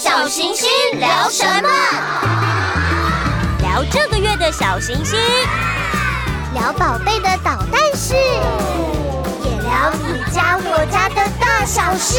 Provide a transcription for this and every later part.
小行星聊什么？ 聊这个月的小行星， 聊宝贝的捣蛋事，也聊你家我家的大小事。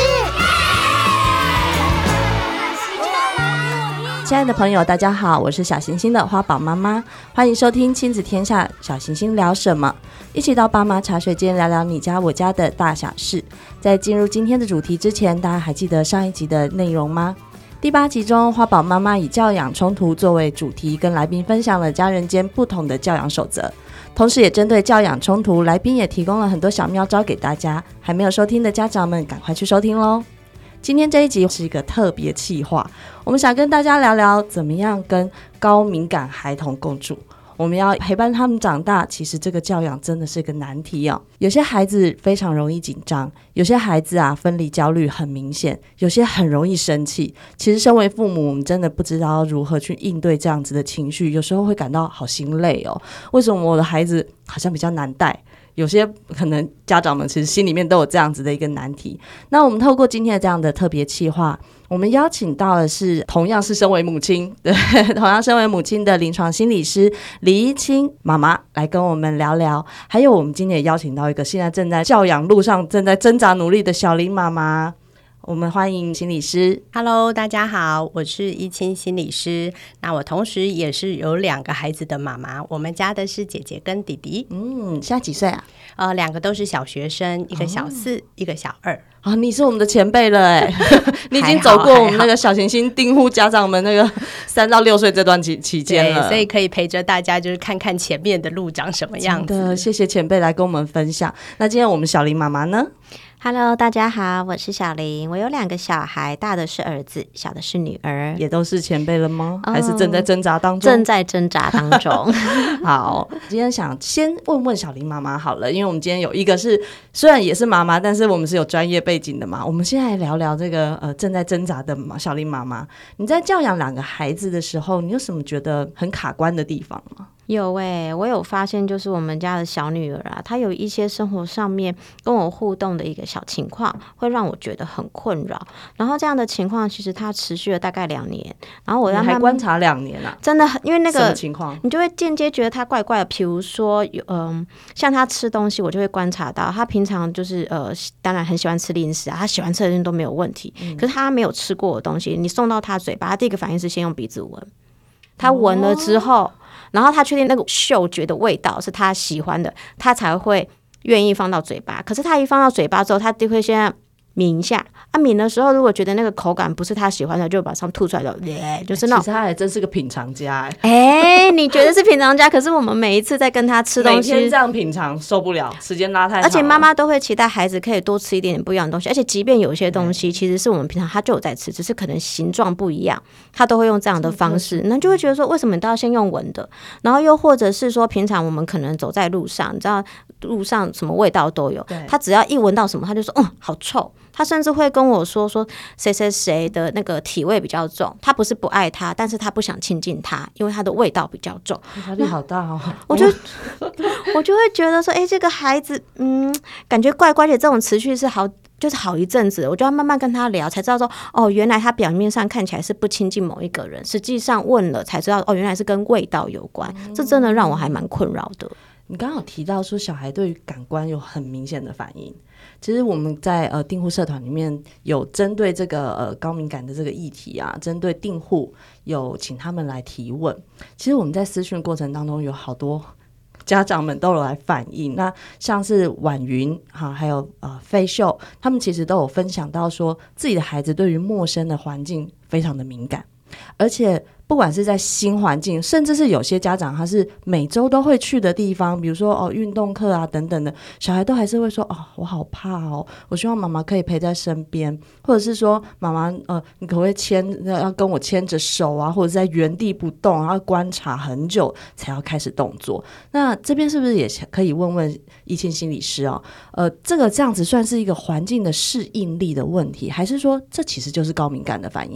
亲爱的朋友大家好，我是小行星的花宝妈妈，欢迎收听亲子天下小行星聊什么，一起到爸妈茶水间聊聊你家我家的大小事。在进入今天的主题之前，大家还记得上一集的内容吗？第8集中，花宝妈妈以教养冲突作为主题，跟来宾分享了家人间不同的教养守则，同时也针对教养冲突，来宾也提供了很多小妙招给大家，还没有收听的家长们赶快去收听咯。今天这一集是一个特别企划，我们想跟大家聊聊怎么样跟高敏感孩童共处，我们要陪伴他们长大。其实这个教养真的是个难题哦。有些孩子非常容易紧张，有些孩子分离焦虑很明显，有些很容易生气。其实身为父母，我们真的不知道如何去应对这样子的情绪，有时候会感到好心累哦。为什么我的孩子好像比较难带？有些可能家长们其实心里面都有这样子的一个难题。那我们透过今天的这样的特别企划，我们邀请到的是同样是身为母亲，对，同样身为母亲的临床心理师李依清妈妈来跟我们聊聊。还有我们今天也邀请到一个现在正在教养路上正在挣扎努力的小林妈妈，我们欢迎心理师。 Hello， 大家好，我是依清心理师。那我同时也是有2个孩子的妈妈，我们家的是姐姐跟弟弟。 现在几岁啊 ？2个都是小学生，一个小4，一个小2。 你是我们的前辈了你已经走过我们那个小行星订户家长们那个3到6岁这段期间了， 所以可以陪着大家就是看看前面的路长什么样子。 真的谢谢前辈来跟我们分享。那今天我们小林妈妈呢 ？Hello， 大家好，我是小林。我有2个小孩，大的是儿子，小的是女儿。 也都是前辈了吗？还是正在挣扎当中？ 正在挣扎当中。 好，今天想先问问小林妈妈好了，因为我们今天有一个是虽然也是妈妈，但是我们是有专业背景的嘛。我们现在来聊聊这个正在挣扎的小林妈妈，你在教养2个孩子的时候，你有什么觉得很卡关的地方吗？ 有我有发现，就是我们家的小女儿她有一些生活上面跟我互动的一个小情况，会让我觉得很困扰。然后这样的情况其实它持续了大概2年，然后我让她还观察2年啊？ 真的，因为那个什么情况， 你就会间接觉得她怪怪的。比如说像她吃东西，我就会观察到她平常就是当然很喜欢吃零食她喜欢吃的东西都没有问题，可是她没有吃过的东西，你送到她嘴巴，她第一个反应是先用鼻子闻，她闻了之后然后他确定那个嗅觉的味道是他喜欢的，他才会愿意放到嘴巴。可是他一放到嘴巴之后，他就会先抿一下抿的时候如果觉得那个口感不是他喜欢的，就马上吐出来的，就是那种。 其实他还真是个品尝家你觉得是品尝家，可是我们每一次在跟他吃东西， 每天这样品尝受不了，时间拉太长了。 而且妈妈都会期待孩子可以多吃一点点不一样的东西，而且即便有一些东西其实是我们平常他就有在吃，只是可能形状不一样，他都会用这样的方式，那就会觉得说为什么你都要先用闻的？然后又或者是说平常我们可能走在路上，你知道路上什么味道都有，他只要一闻到什么他就说好臭。他甚至会跟我说谁谁谁的那个体味比较重，他不是不爱他，但是他不想亲近他，因为他的味道比较重。 压力好大哦！ 我就会觉得说这个孩子感觉怪怪的，这种持续是就是好一阵子，我就要慢慢跟他聊，才知道说原来他表面上看起来是不亲近某一个人，实际上问了才知道原来是跟味道有关。这真的让我还蛮困扰的。 你刚刚有提到说小孩对于感官有很明显的反应，其实我们在订户社团里面有针对这个高敏感的这个议题针对订户有请他们来提问。其实我们在私讯过程当中有好多家长们都有来反映，那像是婉云还有飞秀，他们其实都有分享到说自己的孩子对于陌生的环境非常的敏感，而且不管是在新环境，甚至是有些家长他是每周都会去的地方，比如说运动课等等的，小孩都还是会说我好怕我希望妈妈可以陪在身边，或者是说妈妈你可不可以要跟我牵着手或者在原地不动，然后观察很久才要开始动作。那这边是不是也可以问问依清心理师这样子算是一个环境的适应力的问题，还是说这其实就是高敏感的反应啊？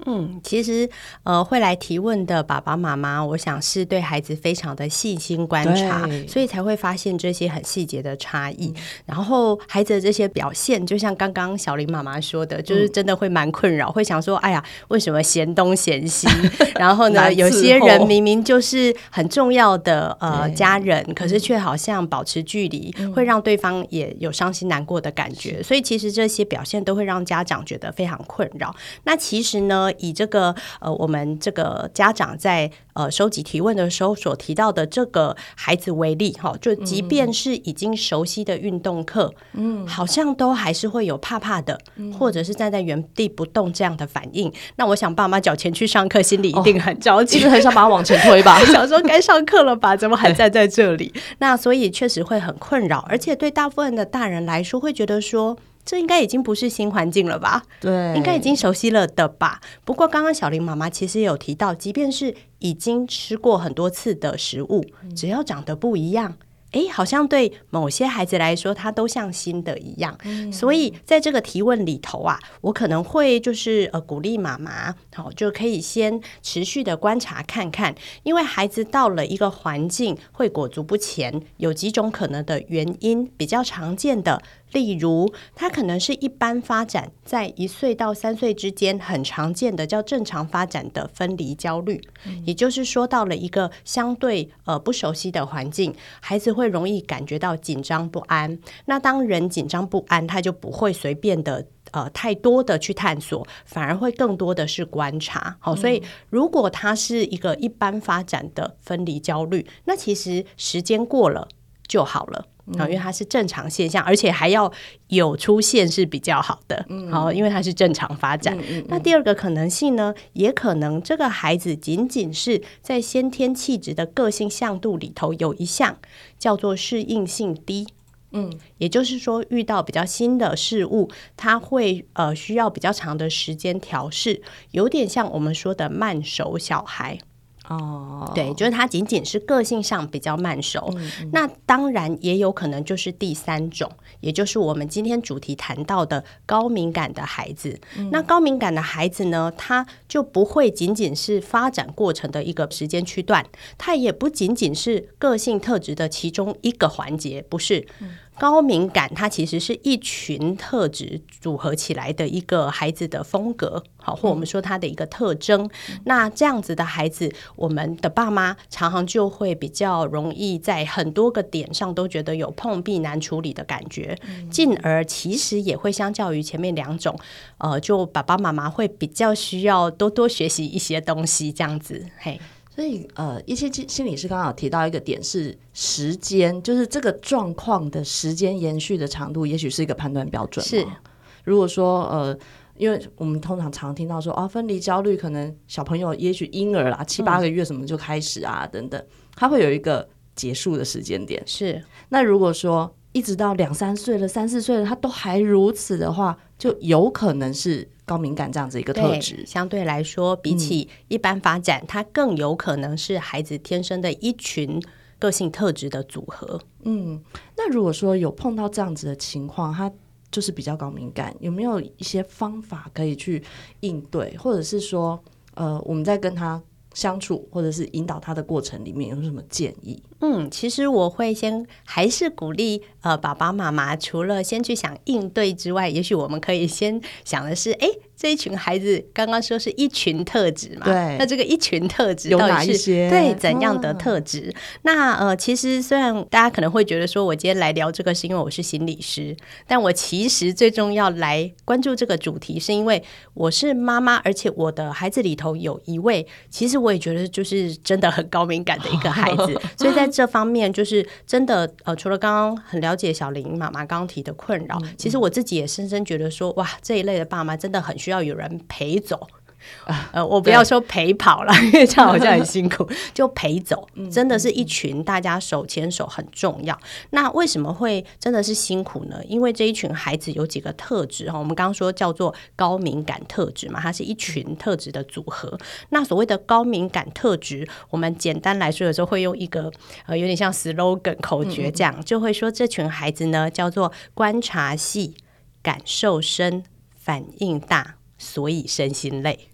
其实会来提问的爸爸妈妈，我想是对孩子非常的细心观察，所以才会发现这些很细节的差异。然后孩子的这些表现，就像刚刚小林妈妈说的，就是真的会蛮困扰，会想说，哎呀，为什么嫌东嫌西？然后呢，有些人明明就是很重要的家人，可是却好像保持距离，会让对方也有伤心难过的感觉。所以其实这些表现都会让家长觉得非常困扰。那其实呢，以这个我们这个家长在收集提问的时候所提到的这个孩子为例，就即便是已经熟悉的运动课，好像都还是会有怕怕的，或者是站在原地不动这样的反应。那我想爸妈缴钱去上课，心里一定很着急， 一直很想把他往前推吧， 想说该上课了吧，怎么还站在这里？那所以确实会很困扰，而且对大部分的大人来说，会觉得说，这应该已经不是新环境了吧？ 对， 应该已经熟悉了的吧？不过刚刚小林妈妈其实有提到，即便是已经吃过很多次的食物，只要长得不一样，好像对某些孩子来说，它都像新的一样。所以在这个提问里头啊，我可能会就是鼓励妈妈，就可以先持续的观察看看，因为孩子到了一个环境会裹足不前，有几种可能的原因，比较常见的。例如他可能是一般发展，在1岁到3岁之间很常见的叫正常发展的分离焦虑，也就是说到了一个相对不熟悉的环境，孩子会容易感觉到紧张不安。那当人紧张不安，他就不会随便的太多的去探索，反而会更多的是观察。所以如果他是一个一般发展的分离焦虑，那其实时间过了就好了。因为它是正常现象，而且还要有出现是比较好的，因为它是正常发展。那第二个可能性呢，也可能这个孩子仅仅是在先天气质的个性向度里头有一项叫做适应性低。也就是说遇到比较新的事物，他会需要比较长的时间调试，有点像我们说的慢熟小孩。对，就是他仅仅是个性上比较慢熟。那当然也有可能就是第三种，也就是我们今天主题谈到的高敏感的孩子。那高敏感的孩子呢，他就不会仅仅是发展过程的一个时间区段，他也不仅仅是个性特质的其中一个环节，不是。高敏感它其实是一群特质组合起来的一个孩子的风格，或我们说他的一个特征。那这样子的孩子，我们的爸妈常常就会比较容易在很多个点上都觉得有碰壁难处理的感觉，进而其实也会相较于前面两种，就爸爸妈妈会比较需要多多学习一些东西这样子。嘿， 所以一些心理师刚刚有提到一个点是时间，就是这个状况的时间延续的长度也许是一个判断标准。是，如果说因为我们通常听到说分离焦虑可能小朋友也许婴儿啦7、8个月什么就开始啊等等，它会有一个结束的时间点。 是， 那如果说一直到2、3岁了3、4岁了他都还如此的话，就有可能是高敏感这样子一个特质。 相对来说比起一般发展，它更有可能是孩子天生的一群个性特质的组合。 那如果说有碰到这样子的情况，他就是比较高敏感，有没有一些方法可以去应对，或者是说我们在跟他相处或者是引导他的过程里面有什么建议？ 其实我会还是鼓励爸爸妈妈除了先去想应对之外，也许我们可以先想的是这一群孩子刚刚说是一群特质嘛， 对， 那这个一群特质有哪一些？ 对，怎样的特质？那其实虽然大家可能会觉得说我今天来聊这个是因为我是心理师，但我其实最重要来关注这个主题是因为我是妈妈，而且我的孩子里头有一位其实我也觉得就是真的很高敏感的一个孩子所以在这方面就是真的除了刚刚很了解小林妈妈刚刚提的困扰，其实我自己也深深觉得说哇，这一类的爸妈真的很需要有人陪走。我不要说陪跑了，因为这样好像很辛苦就陪走，真的是一群大家手牵手很重要。那为什么会真的是辛苦呢？因为这一群孩子有几个特质，我们刚刚说叫做高敏感特质嘛，它是一群特质的组合。那所谓的高敏感特质，我们简单来说有时候会用一个有点像 slogan 口诀这样，就会说这群孩子呢叫做观察细、感受深、反应大，所以身心累。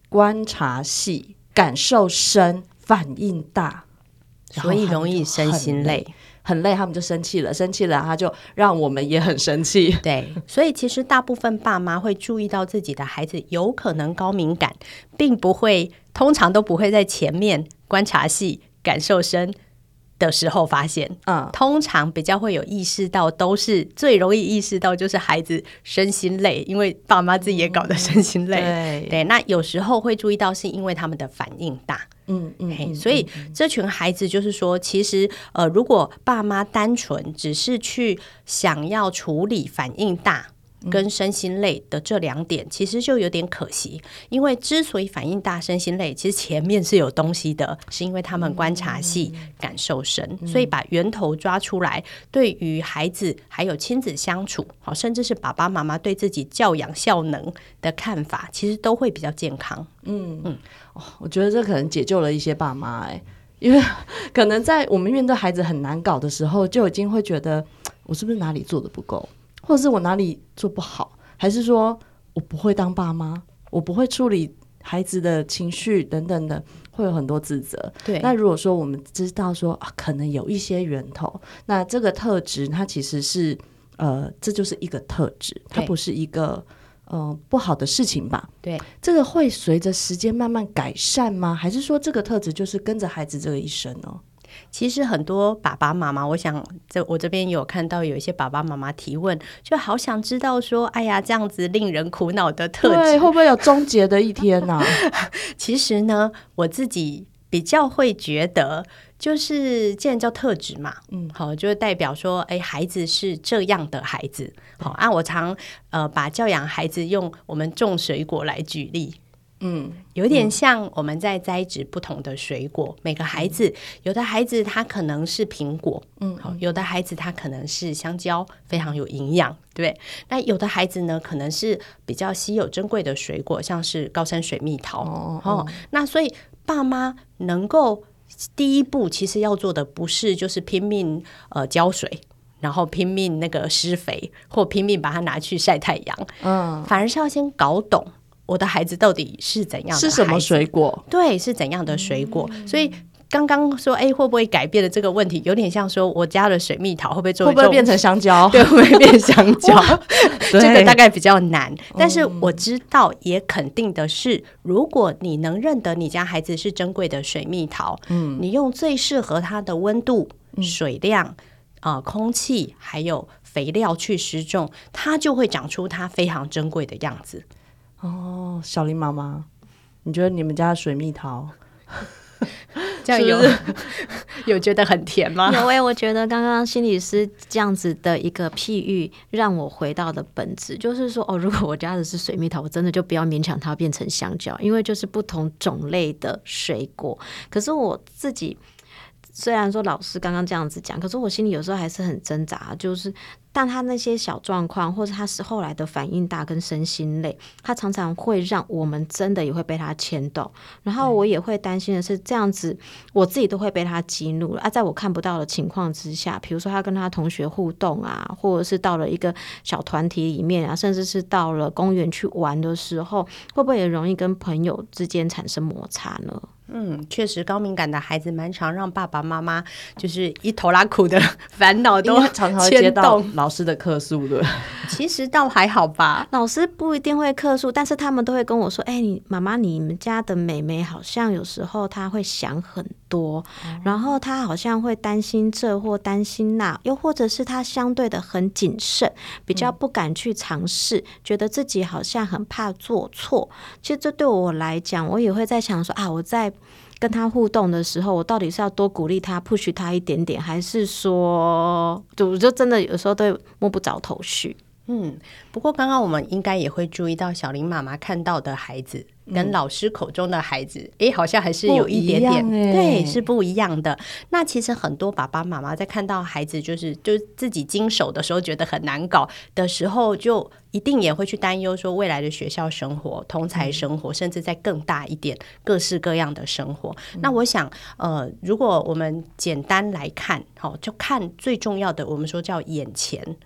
观察细、感受深、反应大， 所以容易身心累。 很累，他们就生气了，生气了，他就让我们也很生气。 对，所以其实大部分爸妈会注意到自己的孩子有可能高敏感，并不会，通常都不会在前面观察细、感受深的时候发现，通常比较会有意识到，都是最容易意识到就是孩子身心累，因为爸妈自己也搞得身心累。对，那有时候会注意到是因为他们的反应大。所以这群孩子就是说，其实如果爸妈单纯只是去想要处理反应大跟身心累的这2点，其实就有点可惜。因为之所以反应大、身心累，其实前面是有东西的，是因为他们观察细、感受深，所以把源头抓出来，对于孩子还有亲子相处，甚至是爸爸妈妈对自己教养效能的看法，其实都会比较健康。 我觉得这可能解救了一些爸妈因为可能在我们面对孩子很难搞的时候，就已经会觉得我是不是哪里做的不够，或者是我哪里做不好，还是说我不会当爸妈，我不会处理孩子的情绪等等的，会有很多自责。对，那如果说我们知道说可能有一些源头，那这个特质它其实是这就是一个特质，它不是一个不好的事情吧？对，这个会随着时间慢慢改善吗？还是说这个特质就是跟着孩子这个一生呢？ 其实很多爸爸妈妈，我想我这边有看到有一些爸爸妈妈提问，就好想知道说，哎呀，这样子令人苦恼的特质， 对，会不会有终结的一天呢？ 其实呢，我自己比较会觉得，就是既然叫特质嘛，好，就代表说，孩子是这样的孩子。好，我常把教养孩子用我们种水果来举例。有点像我们在栽植不同的水果，每个孩子，有的孩子他可能是苹果，有的孩子他可能是香蕉，非常有营养，对不对？那有的孩子呢，可能是比较稀有珍贵的水果，像是高山水蜜桃。那所以爸妈能够第一步，其实要做的不是就是拼命浇水，然后拼命那个施肥，或拼命把它拿去晒太阳，反而是要先搞懂我的孩子到底是怎样的孩子， 是什么水果？ 对，是怎样的水果？所以刚刚说，会不会改变了这个问题？有点像说，我加了水蜜桃，会不会做？ 会不会变成香蕉？ 对，会不会变香蕉？这个大概比较难。但是我知道，也肯定的是，如果你能认得你家孩子是珍贵的水蜜桃，你用最适合它的温度、水量、空气还有肥料去施种，它就会长出它非常珍贵的样子。 小林妈妈，你觉得你们家的水蜜桃这样有觉得很甜吗？ 有我觉得刚刚心理师这样子的一个譬喻，让我回到的本质，就是说如果我家的是水蜜桃，我真的就不要勉强它变成香蕉，因为就是不同种类的水果。可是我自己虽然说老师刚刚这样子讲，可是我心里有时候还是很挣扎，就是但他那些小状况，或者他是后来的反应大跟身心累，他常常会让我们真的也会被他牵动，然后我也会担心的是这样子我自己都会被他激怒了在我看不到的情况之下，比如说他跟他同学互动或者是到了一个小团体里面甚至是到了公园去玩的时候，会不会也容易跟朋友之间产生摩擦呢？ 确实高敏感的孩子蛮常让爸爸妈妈就是一头拉苦的烦恼都常常会接到老师的客诉的。 其实倒还好吧， 老师不一定会客诉，但是他们都会跟我说妈妈你们家的妹妹好像有时候她会想很多，然后她好像会担心这或担心那，又或者是她相对的很谨慎，比较不敢去尝试，觉得自己好像很怕做错。其实这对我来讲，我也会在想说我在跟他互动的时候，我到底是要多鼓励他 push 他一点点，还是说就真的有时候都摸不着头绪。 不过刚刚我们应该也会注意到小林妈妈看到的孩子跟老师口中的孩子好像还是有一点点对，是不一样的。那其实很多爸爸妈妈在看到孩子就自己经手的时候觉得很难搞的时候，就一定也会去担忧说未来的学校生活、同侪生活，甚至再更大一点各式各样的生活。那我想如果我们简单来看就看最重要的，我们说叫眼前。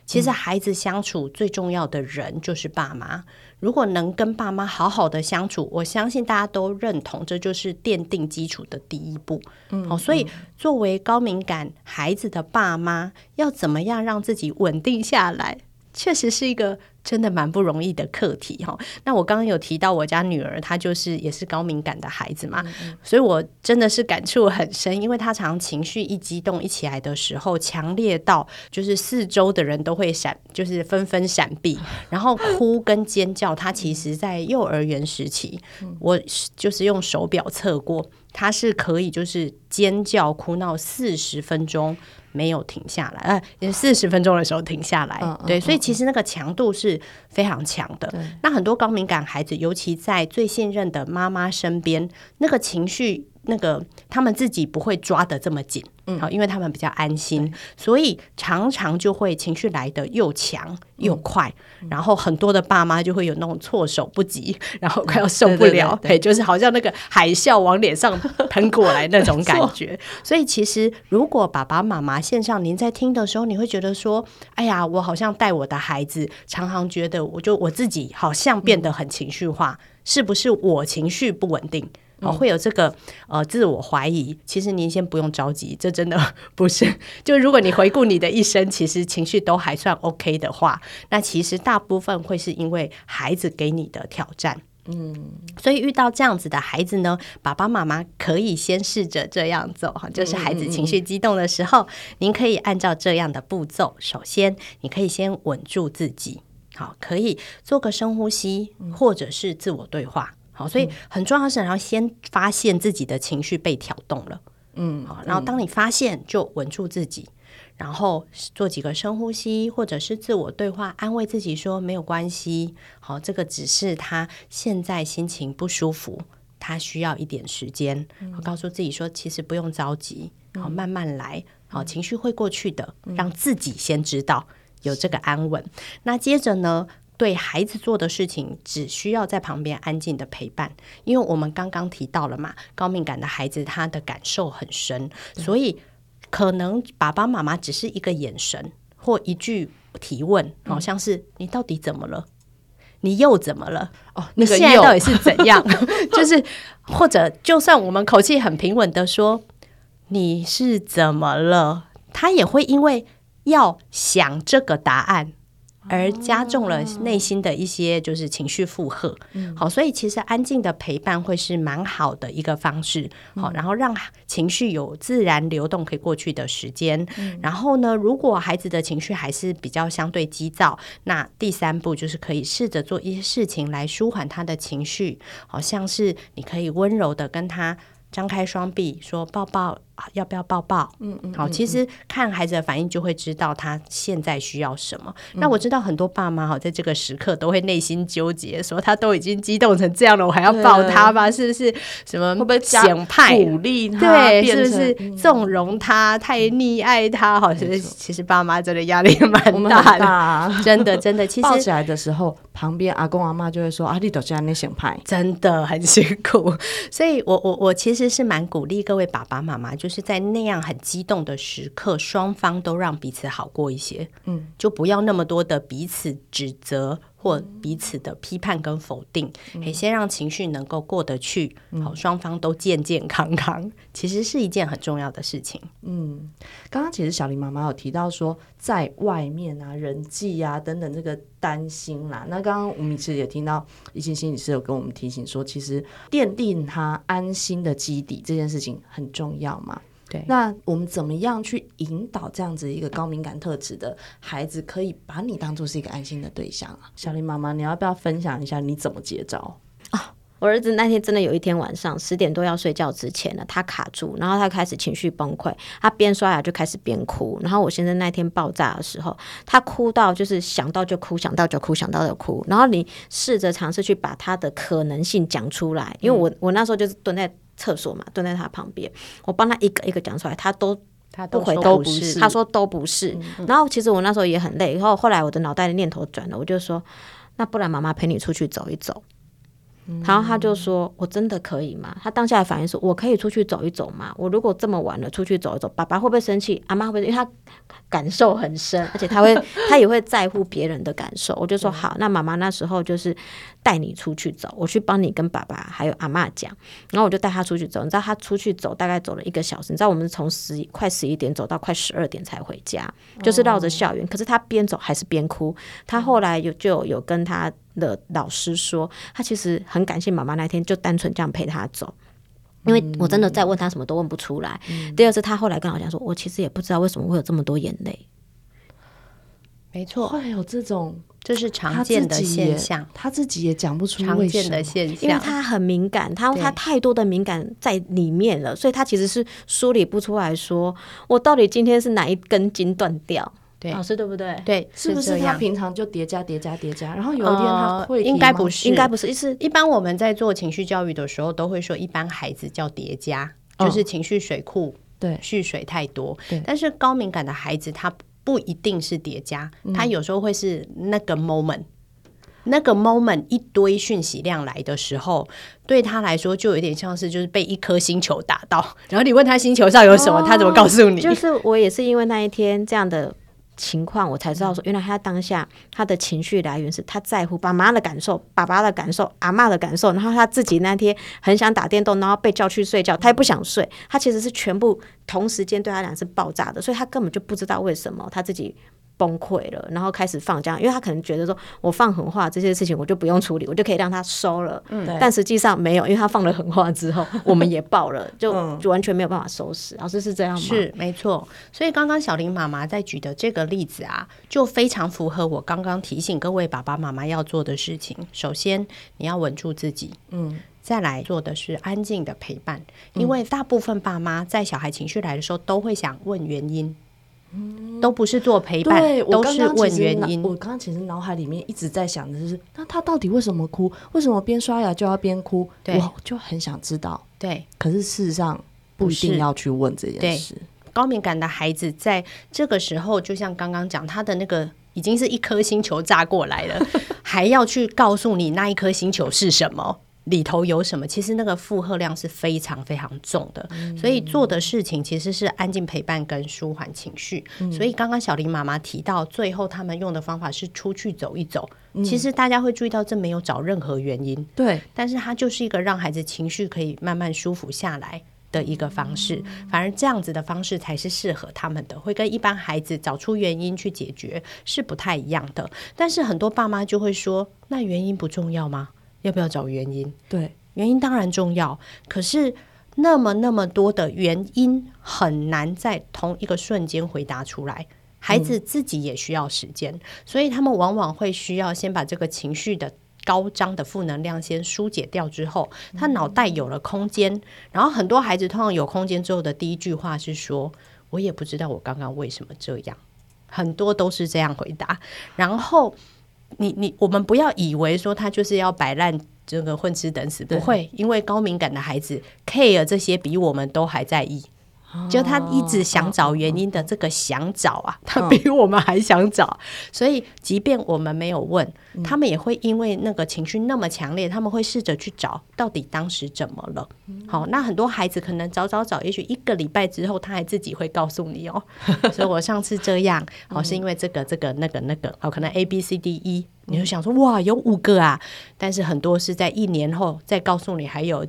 其实孩子相处最重要的人就是爸妈，如果能跟爸妈好好的相处，我相信大家都认同这就是奠定基础的第一步。所以作为高敏感孩子的爸妈，要怎么样让自己稳定下来，确实是一个真的蛮不容易的课题。那我刚刚有提到我家女儿她也是高敏感的孩子嘛，所以我真的是感触很深，因为她常情绪一激动一起来的时候，强烈到就是四周的人都会就是纷纷闪避，然后哭跟尖叫。她其实在幼儿园时期，我就是用手表测过，她是可以就是尖叫哭闹40分钟没有停下来，40分钟的时候停下来。对，所以其实那个强度是非常强的。那很多高敏感孩子，尤其在最信任的妈妈身边，那个情绪他们自己不会抓得这么紧，因为他们比较安心，所以常常就会情绪来得又强又快，然后很多的爸妈就会有那种措手不及，然后快要受不了，就是好像那个海啸往脸上喷过来那种感觉。所以其实如果爸爸妈妈线上您在听的时候，你会觉得说，哎呀，我好像带我的孩子，常常觉得我自己好像变得很情绪化，是不是我情绪不稳定？会有这个自我怀疑。其实您先不用着急，这真的不是，就如果你回顾你的一生，其实情绪都还算 OK 的话，那其实大部分会是因为孩子给你的挑战。所以遇到这样子的孩子呢，爸爸妈妈可以先试着这样做，就是孩子情绪激动的时候，您可以按照这样的步骤。首先你可以先稳住自己，好，可以做个深呼吸，或者是自我对话。好，所以很重要的是要先发现自己的情绪被挑动了，好，然后当你发现就稳住自己，然后做几个深呼吸，或者是自我对话，安慰自己说没有关系，好，这个只是他现在心情不舒服，他需要一点时间，告诉自己说其实不用着急，好，慢慢来，好，情绪会过去的，让自己先知道有这个安稳。那接着呢，对孩子做的事情只需要在旁边安静的陪伴，因为我们刚刚提到了嘛，高敏感的孩子他的感受很深，所以可能爸爸妈妈只是一个眼神或一句提问，好像是你到底怎么了，你又怎么了，你现在到底是怎样就是或者就算我们口气很平稳的说你是怎么了，他也会因为要想这个答案而加重了内心的一些就是情绪负荷。好，所以其实安静的陪伴会是蛮好的一个方式，好，然后让情绪有自然流动可以过去的时间。然后呢，如果孩子的情绪还是比较相对急躁，那第3步就是可以试着做一些事情来舒缓他的情绪，好像是你可以温柔的跟他张开双臂说抱抱，要不要抱抱？好，其实看孩子的反应就会知道他现在需要什么。那我知道很多爸妈在这个时刻都会内心纠结，说他都已经激动成这样了，我还要抱他吗？是不是什么显派鼓励他？ 对，是不是纵容他？太溺爱他？好，其实爸妈真的压力蛮大的，真的。其实抱起来的时候，旁边阿公阿嬷就会说：“啊，你都这样那显派， 真的很辛苦。”所以我其实是蛮鼓励各位爸爸妈妈，就是在那样很激动的时刻，双方都让彼此好过一些，就不要那么多的彼此指责或彼此的批判跟否定，先让情绪能够过得去，好，双方都健健康康，其实是一件很重要的事情。 刚刚其实小林妈妈有提到说，在外面啊、人际啊等等这个担心啦，那刚刚我们其实也听到一心心理师有跟我们提醒说，其实奠定他安心的基底这件事情很重要嘛。 对， 那我们怎么样去引导这样子一个高敏感特质的孩子，可以把你当作是一个安心的对象啊？小林妈妈，你要不要分享一下你怎么接招啊？我儿子那天真的有一天晚上10点多要睡觉之前呢，他卡住，然后他开始情绪崩溃，他边刷牙就开始边哭。然后我先生那天爆炸的时候，他哭到就是想到就哭，想到就哭，想到就哭。然后你试着尝试去把他的可能性讲出来，因为我那时候就是蹲在厕所嘛，蹲在他旁边，我帮他一个一个讲出来，他都回答不是，他说都不是。然后其实我那时候也很累，然后后来我的脑袋的念头转了，我就说，那不然妈妈陪你出去走一走。 然后他就说我真的可以吗？他当下的反应说我可以出去走一走吗？我如果这么晚了出去走一走，爸爸会不会生气？阿妈会不会？因为他感受很深，而且他也会在乎别人的感受。我就说好，那妈妈那时候就是带你出去走，我去帮你跟爸爸还有阿嬷讲，然后我就带他出去走。你知道他出去走大概走了1个小时，你知道我们从快11点走到快12点才回家，就是绕着校园。可是他边走还是边哭。他后来就有跟他的老师说，他其实很感谢妈妈那天就单纯这样陪他走。因为我真的再问他什么都问不出来。第二次他后来跟我讲说，我其实也不知道为什么会有这么多眼泪。 没错， 会有这种这是常见的现象， 他自己也讲不出常为什么见的现象， 因为他很敏感，他太多的敏感在里面了，所以他其实是梳理不出来说我到底今天是哪一根筋断掉。 对， 老师对不对？ 对， 是不是他平常就叠加，然后有一天他会应该不是， 应该不是，是一般我们在做情绪教育的时候都会说，一般孩子叫叠加，就是情绪水库蓄水太多。但是高敏感的孩子他不一定是叠加，他有时候会是那个 moment。那个 moment 一堆讯息量来的时候，对他来说就有点像是就是被一颗星球打到，然后你问他星球上有什么，他怎么告诉你？ 就是我也是因为那一天这样的情况，我才知道说，原来他当下他的情绪来源是他在乎爸妈的感受、爸爸的感受、阿嬷的感受，然后他自己那天很想打电动，然后被叫去睡觉，他也不想睡，他其实是全部同时间对他俩是爆炸的，所以他根本就不知道为什么他自己崩溃了，然后开始放假，因为他可能觉得说我放狠话这些事情我就不用处理，我就可以让他收了。但实际上没有，因为他放了狠话之后我们也爆了，就完全没有办法收拾。老师是这样吗？ 是没错。所以刚刚小林妈妈在举的这个例子啊，就非常符合我刚刚提醒各位爸爸妈妈要做的事情。首先你要稳住自己，再来做的是安静的陪伴，因为大部分爸妈在小孩情绪来的时候都会想问原因，都不是做陪伴，都是问原因。 我刚刚其实脑海里面一直在想的就是那他到底为什么哭，为什么边刷牙就要边哭，我就很想知道。 对， 可是事实上不一定要去问这件事。 高敏感的孩子在这个时候就像刚刚讲，他的那个已经是一颗星球炸过来了还要去告诉你那一颗星球是什么，里头有什么，其实那个负荷量是非常非常重的。所以做的事情其实是安静陪伴跟舒缓情绪。所以刚刚小林妈妈提到最后他们用的方法是出去走一走，其实大家会注意到这没有找任何原因， 对， 但是它就是一个让孩子情绪可以慢慢舒服下来的一个方式，反而这样子的方式才是适合他们的，会跟一般孩子找出原因去解决是不太一样的。但是很多爸妈就会说，那原因不重要吗？要不要找原因？对，原因当然重要，可是那么多的原因很难在同一个瞬间回答出来，孩子自己也需要时间，所以他们往往会需要先把这个情绪的高涨的负能量先疏解掉之后，他脑袋有了空间。然后很多孩子通常有空间之后的第一句话是说，我也不知道我刚刚为什么这样，很多都是这样回答。然后我们不要以为说他就是要摆烂这个混吃等死，不会，因为高敏感的孩子 care 这些比我们都还在意，就他一直想找原因的这个想找啊，他比我们还想找。所以即便我们没有问，他们也会因为那个情绪那么强烈，他们会试着去找到底当时怎么了。好，那很多孩子可能找，也许1个礼拜之后他还自己会告诉你哦所以我上次这样是因为这个那个可能 ABCDE，你就想说哇有5个啊，但是很多是在1年后再告诉你还有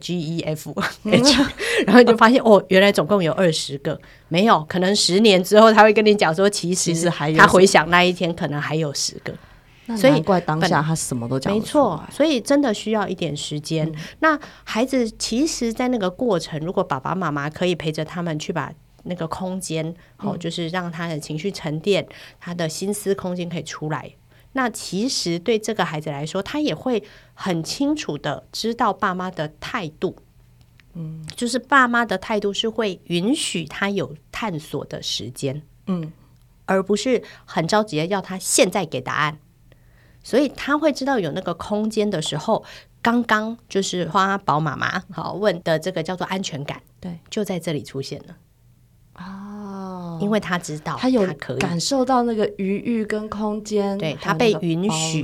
GEFH 然后你就发现原来总共有20个，没有，可能10年之后他会跟你讲说其实他回想那一天可能还有10个， 所以难怪当下他什么都讲不出来。 没错，所以真的需要一点时间。那孩子其实在那个过程，如果爸爸妈妈可以陪着他们去把那个空间就是让他的情绪沉淀，他的心思空间可以出来，那其实对这个孩子来说，他也会很清楚的知道爸妈的态度，就是爸妈的态度是会允许他有探索的时间，而不是很着急的要他现在给答案。所以他会知道有那个空间的时候，刚刚就是花宝妈妈问的这个叫做安全感，对，就在这里出现了。因为他知道他有可以感受到那个余裕跟空间， 对，他被允许，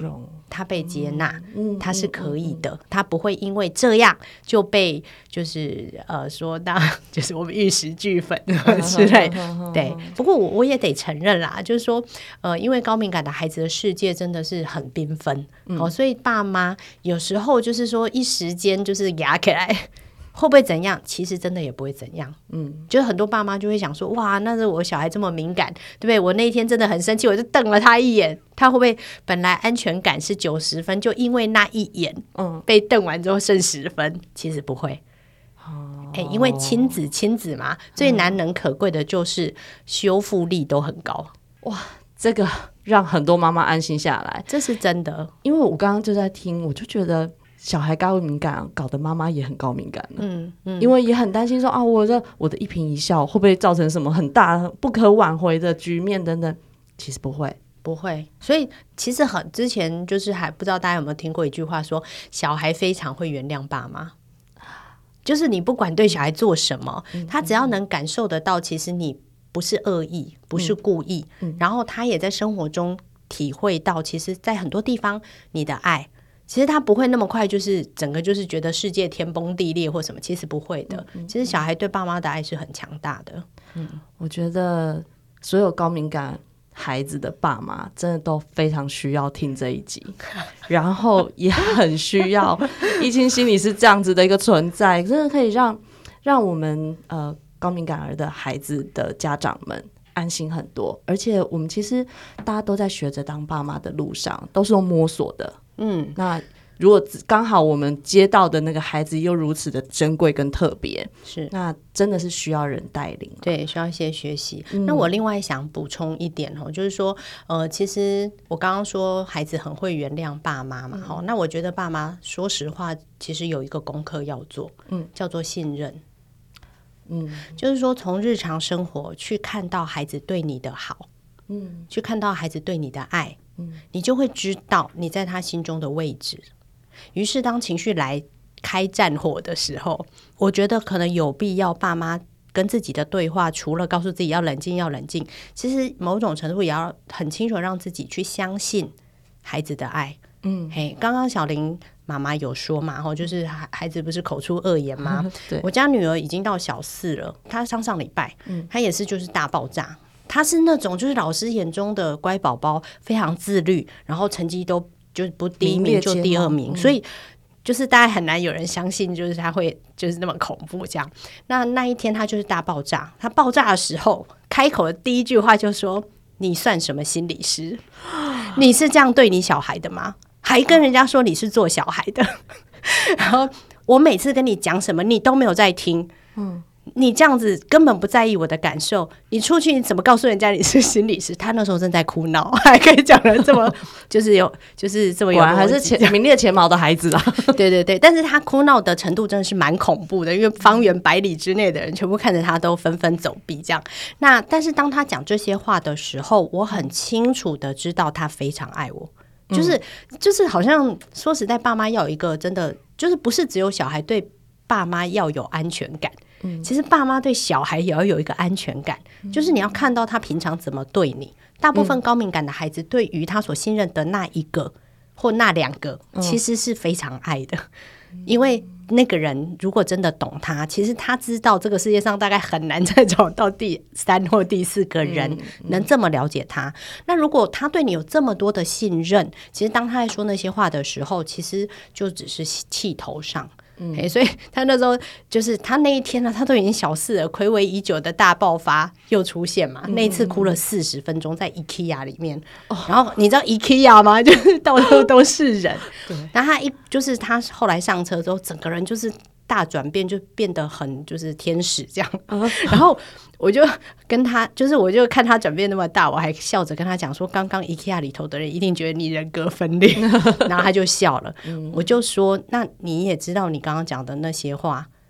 他被接纳，他是可以的，他不会因为这样就被就是说那就是我们玉石俱焚之类。对，不过我也得承认啦，就是说因为高敏感的孩子的世界真的是很缤纷，所以爸妈有时候就是说一时间就是压起来。会不会怎样？其实真的也不会怎样。就是很多爸妈就会想说，哇，那是我小孩这么敏感，对不对？我那一天真的很生气，我就瞪了他一眼，他会不会本来安全感是90分，就因为那一眼，被瞪完之后剩10分？其实不会。因为亲子嘛，最难能可贵的就是修复力都很高。 哇，这个让很多妈妈安心下来， 这是真的。 因为我刚刚就在听，我就觉得小孩高敏感搞得妈妈也很高敏感了。因为也很担心说啊，我的一颦一笑会不会造成什么很大不可挽回的局面等等。其实不会。所以其实之前就是还不知道大家有没有听过一句话说，小孩非常会原谅爸妈。就是你不管对小孩做什么，他只要能感受得到其实你不是恶意，不是故意，然后他也在生活中体会到其实在很多地方你的爱，其实他不会那么快就是整个就是觉得世界天崩地裂或什么，其实不会的。其实小孩对爸妈的爱是很强大的。我觉得所有高敏感孩子的爸妈真的都非常需要听这一集，然后也很需要一清心理是这样子的一个存在，真的可以让我们高敏感儿的孩子的家长们安心很多。而且我们其实大家都在学着当爸妈的路上，都是用摸索的。那如果刚好我们接到的那个孩子又如此的珍贵跟特别，是那真的是需要人带领，对，需要一些学习。那我另外想补充一点就是说其实我刚刚说孩子很会原谅爸妈嘛，那我觉得爸妈说实话其实有一个功课要做，叫做信任。就是说从日常生活去看到孩子对你的好，去看到孩子对你的爱，你就会知道你在他心中的位置。于是当情绪来开战火的时候，我觉得可能有必要爸妈跟自己的对话，除了告诉自己要冷静，其实某种程度也要很清楚让自己去相信孩子的爱。刚刚小林妈妈有说嘛，就是孩子不是口出恶言吗？对，我家女儿已经到小4了，她上礼拜她也是就是大爆炸。她是那种就是老师眼中的乖宝宝，非常自律，然后成绩都就不第1名就第2名，所以就是大概很难有人相信就是他会就是那么恐怖这样。那一天他就是大爆炸，他爆炸的时候开口的第一句话就说，你算什么心理师？你是这样对你小孩的吗？还跟人家说你是做小孩的然后我每次跟你讲什么你都没有在听，你这样子根本不在意我的感受，你出去你怎么告诉人家你是心理师？他那时候正在哭闹，还可以讲得这么就是这么有，果然还是名列前茅的孩子啦对，但是他哭闹的程度真的是蛮恐怖的，因为方圆100里之内的人全部看着他都纷纷走避这样。但是当他讲这些话的时候，我很清楚的知道他非常爱我，就是好像说实在，爸妈要有一个真的就是不是只有小孩对爸妈要有安全感，其实爸妈对小孩也要有一个安全感，就是你要看到他平常怎么对你。大部分高敏感的孩子对于他所信任的那一个或那2个其实是非常爱的，因为那个人如果真的懂他，其实他知道这个世界上大概很难再找到第3或第4个人能这么了解他。那如果他对你有这么多的信任，其实当他在说那些话的时候，其实就只是气头上。所以他那时候就是他那一天呢，他都已经小4了，暌违已久的大爆发又出现嘛。那一次哭了40分钟在 IKEA 里面，然后你知道 IKEA 吗？就是到处都是人。然后就是他后来上车之后，整个人就是大转变，就变得很就是天使这样。然后我就跟他，就是我就看他转变那么大，我还笑着跟他讲说，刚刚 IKEA 里头的人一定觉得你人格分裂然后他就笑了。我就说，那你也知道你刚刚讲的那些话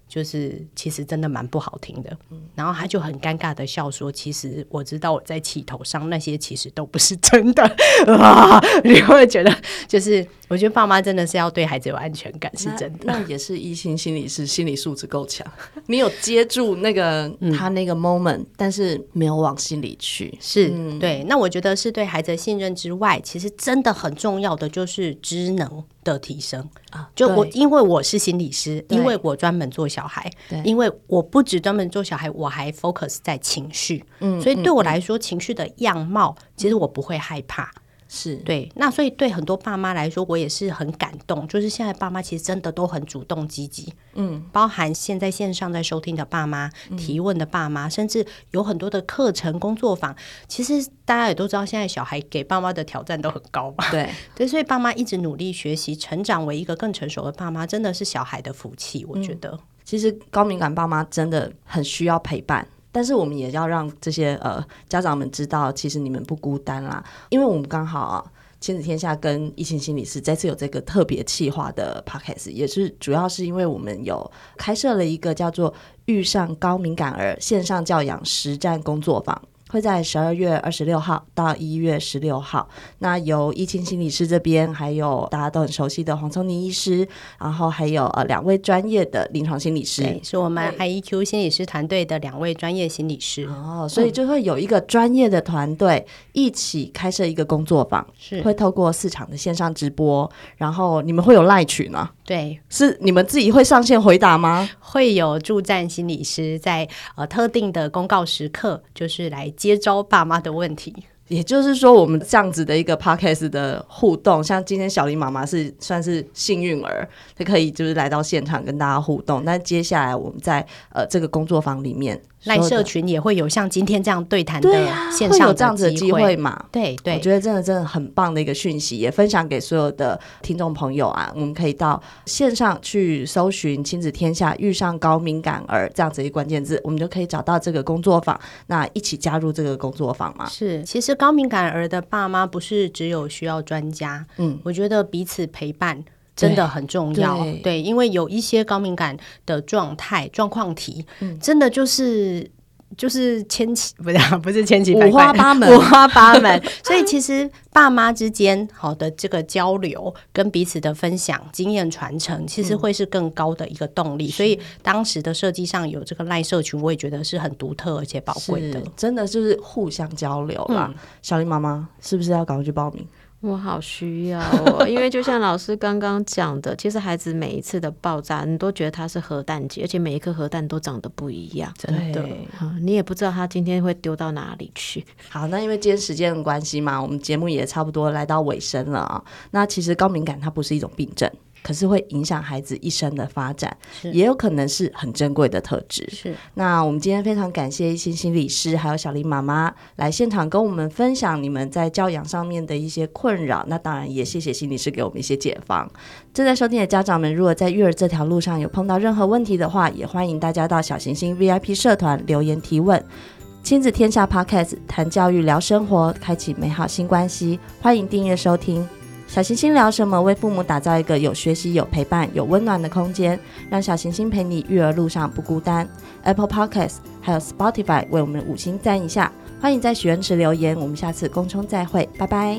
就是其实真的蛮不好听的。然后他就很尴尬的笑说，其实我知道我在气头上，那些其实都不是真的啊。你会觉得就是我觉得爸妈真的是要对孩子有安全感，是真的。 那也是一心心理师心理素质够强，你有接住那个他那个 moment，但是没有往心里去。 是对。那我觉得是对孩子的信任之外，其实真的很重要的就是知能的提升。就因为我是心理师，因为我专门做小孩，因为我不只专门做小孩，我还 focus 在情绪，所以对我来说情绪的样貌其实我不会害怕。 是对，那所以对很多爸妈来说，我也是很感动。就是现在爸妈其实真的都很主动积极，包含现在线上在收听的爸妈、提问的爸妈，甚至有很多的课程工作坊。其实大家也都知道，现在小孩给爸妈的挑战都很高嘛，对，所以爸妈一直努力学习，成长为一个更成熟的爸妈，真的是小孩的福气。我觉得， 其实高敏感爸妈真的很需要陪伴。但是我们也要让这些家长们知道，其实你们不孤单啦，因为我们刚好亲子天下跟一心心理师这次有这个特别企划的 podcast， 也是主要是因为我们有开设了一个叫做遇上高敏感儿线上教养实战工作坊，会在12月26号到1月16号，那由一心心理师这边，还有大家都很熟悉的黄聪宁医师，然后还有2位专业的临床心理师， 对，是我们 IEQ 心理师团队的2位专业心理师。 所以就会有一个专业的团队一起开设一个工作坊，会透过4场的线上直播，然后你们会有LINE群啊？ 对， 是你们自己会上线回答吗？ 会有助战心理师在特定的公告时刻，就是来接招爸妈的问题。 也就是说，我们这样子的一个 podcast 的互动，像今天小林妈妈是算是幸运儿，就可以就是来到现场跟大家互动。但接下来我们在这个工作坊里面， 赖社群也会有像今天这样对谈的线上的机会， 会有这样子的机会嘛？ 对， 我觉得真的很棒的一个讯息，也分享给所有的听众朋友啊。我们可以到线上去搜寻亲子天下遇上高敏感儿这样子一个关键字，我们就可以找到这个工作坊，那一起加入这个工作坊嘛。 是，其实高敏感儿的爸妈不是只有需要专家，我觉得彼此陪伴真的很重要。 对，因为有一些高敏感的状况题，真的就是千奇不是千奇百怪， 五花八门所以其实爸妈之间好的这个交流跟彼此的分享经验传承，其实会是更高的一个动力。所以当时的设计上有这个LINE社群，我也觉得是很独特而且宝贵的， 真的就是互相交流啦。小林妈妈是不是要赶快去报名？ 我好需要因为就像老师刚刚讲的，其实孩子每一次的爆炸你都觉得他是核弹级，而且每一颗核弹都长得不一样， 真的你也不知道他今天会丢到哪里去。 好，那因为今天时间的关系嘛，我们节目也差不多来到尾声了啊。那其实高敏感它不是一种病症，可是会影响孩子一生的发展，也有可能是很珍贵的特质。 是， 那我们今天非常感谢一心心理师还有小林妈妈来现场跟我们分享你们在教养上面的一些困扰，那当然也谢谢心理师给我们一些解方。正在收听的家长们，如果在育儿这条路上有碰到任何问题的话，也欢迎大家到小行星 VIP 社团留言提问。亲子天下 Podcast 谈教育聊生活，开启美好新关系，欢迎订阅收听。小行星聊什么？为父母打造一个有学习、有陪伴、有温暖的空间，让小行星陪你育儿路上不孤单。Apple Podcast 还有 Spotify 为我们5星赞一下，欢迎在许愿池留言。我们下次空中再会，拜拜。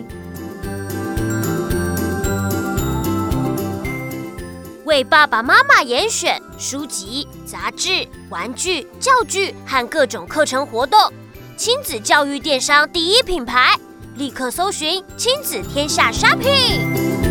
为爸爸妈妈严选书籍、杂志、玩具、教具和各种课程活动，亲子教育电商第一品牌。立刻搜寻亲子天下 Shopping。